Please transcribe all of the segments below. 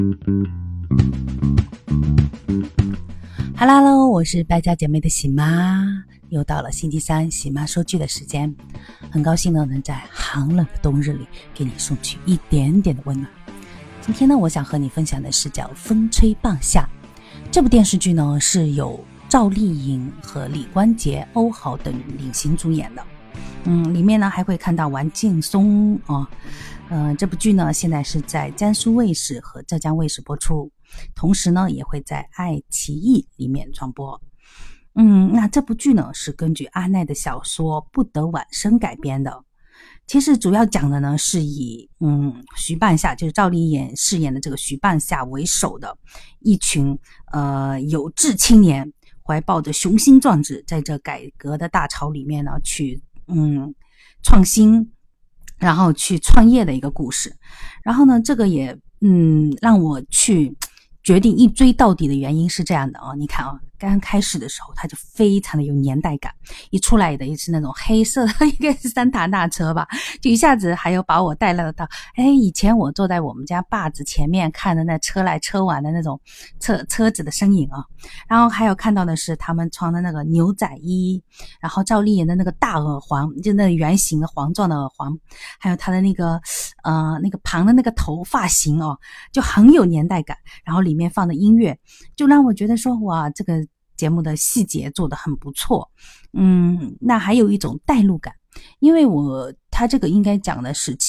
Hello， 我是败家姐妹的喜妈，又到了星期三喜妈说剧的时间，很高兴呢能在寒冷的冬日里给你送去一点点的温暖。今天呢，我想和你分享的是叫《风吹棒夏》这部电视剧呢，是由赵丽颖和李关杰、欧豪等领衔主演的。里面呢还会看到王劲松这部剧呢现在是在江苏卫视和浙江卫视播出，同时呢也会在爱奇艺里面传播。那这部剧呢是根据阿奈的小说《不得晚生》改编的。其实主要讲的呢是以徐半夏，就是赵丽颖饰演的这个徐半夏为首的一群有志青年，怀抱着雄心壮志，在这改革的大潮里面呢去创新，然后去创业的一个故事。然后呢这个也让我去决定一追到底的原因是这样的你看刚开始的时候它就非常的有年代感，一出来的也是那种黑色的应该是桑塔纳车吧，就一下子还有把我带了到以前我坐在我们家坝子前面看的那车来车往的那种车子的身影然后还有看到的是他们穿的那个牛仔衣，然后赵丽颖的那个大耳环，就那个圆形的环状的耳环，还有她的那个旁的那个头发型就很有年代感，然后里面放的音乐就让我觉得说哇，这个节目的细节做得很不错。那还有一种代入感，因为他这个应该讲的是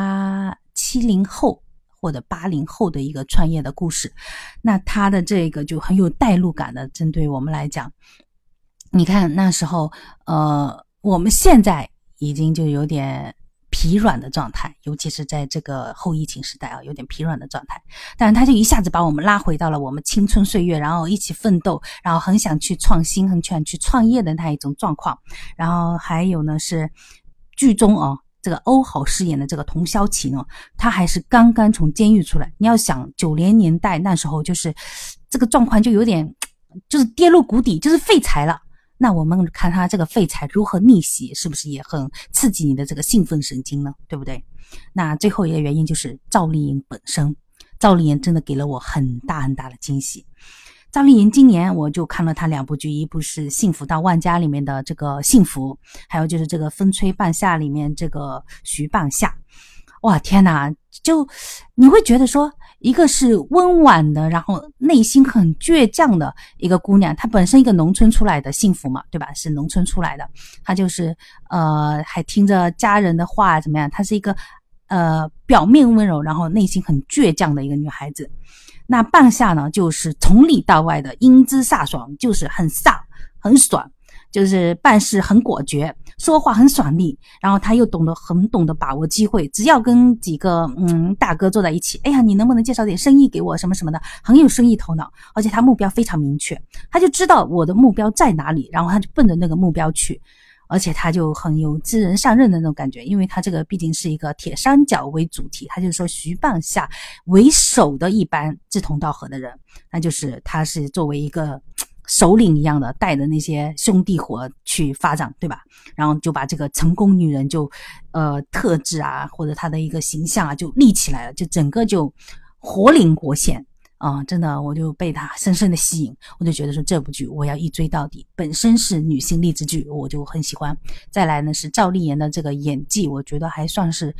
70后或者80后的一个创业的故事，那他的这个就很有代入感的。针对我们来讲，你看那时候我们现在已经就有点疲软的状态，尤其是在这个后疫情时代有点疲软的状态，但他就一下子把我们拉回到了我们青春岁月，然后一起奋斗，然后很想去创新，很想去创业的那一种状况。然后还有呢是剧中这个欧豪饰演的这个童潇琪呢，他还是刚刚从监狱出来。你要想90年代那时候就是这个状况就有点就是跌入谷底，就是废柴了。那我们看他这个废柴如何逆袭，是不是也很刺激你的这个兴奋神经呢？对不对？那最后一个原因就是赵丽颖本身，赵丽颖真的给了我很大很大的惊喜。赵丽颖今年我就看了她2部剧，一部是《幸福到万家》里面的这个幸福，还有就是这个《风吹半夏》里面这个徐半夏。哇天哪，就你会觉得说一个是温婉的，然后内心很倔强的一个姑娘，她本身一个农村出来的幸福嘛，对吧？是农村出来的，她就是还听着家人的话怎么样，她是一个表面温柔，然后内心很倔强的一个女孩子。那半夏呢，就是从里到外的英姿飒爽，就是很飒很爽，就是办事很果决，说话很爽利，然后他又很懂得把握机会，只要跟几个大哥坐在一起，你能不能介绍点生意给我什么什么的，很有生意头脑，而且他目标非常明确，他就知道我的目标在哪里，然后他就奔着那个目标去，而且他就很有知人上任的那种感觉，因为他这个毕竟是一个铁三角为主题，他就是说徐半夏为首的一般志同道合的人，那就是他是作为一个首领一样的带着那些兄弟伙去发展，对吧？然后就把这个成功女人就特质或者她的一个形象就立起来了，就整个就活灵活现真的我就被她深深的吸引，我就觉得说这部剧我要一追到底，本身是女性励志剧，我就很喜欢。再来呢是赵丽颖的这个演技，我觉得还算是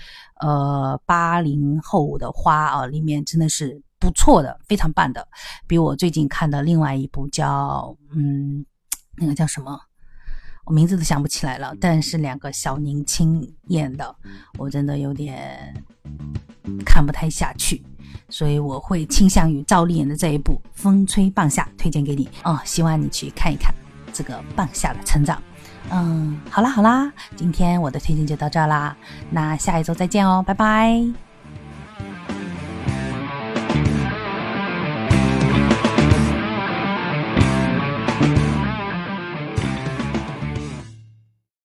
80后的花里面真的是不错的，非常棒的，比我最近看的另外一部叫那个叫什么我名字都想不起来了，但是2个小年轻演的，我真的有点看不太下去，所以我会倾向于赵丽颖的这一部《风吹半夏》推荐给你希望你去看一看这个半夏的成长。好啦，今天我的推荐就到这啦，那下一周再见拜拜。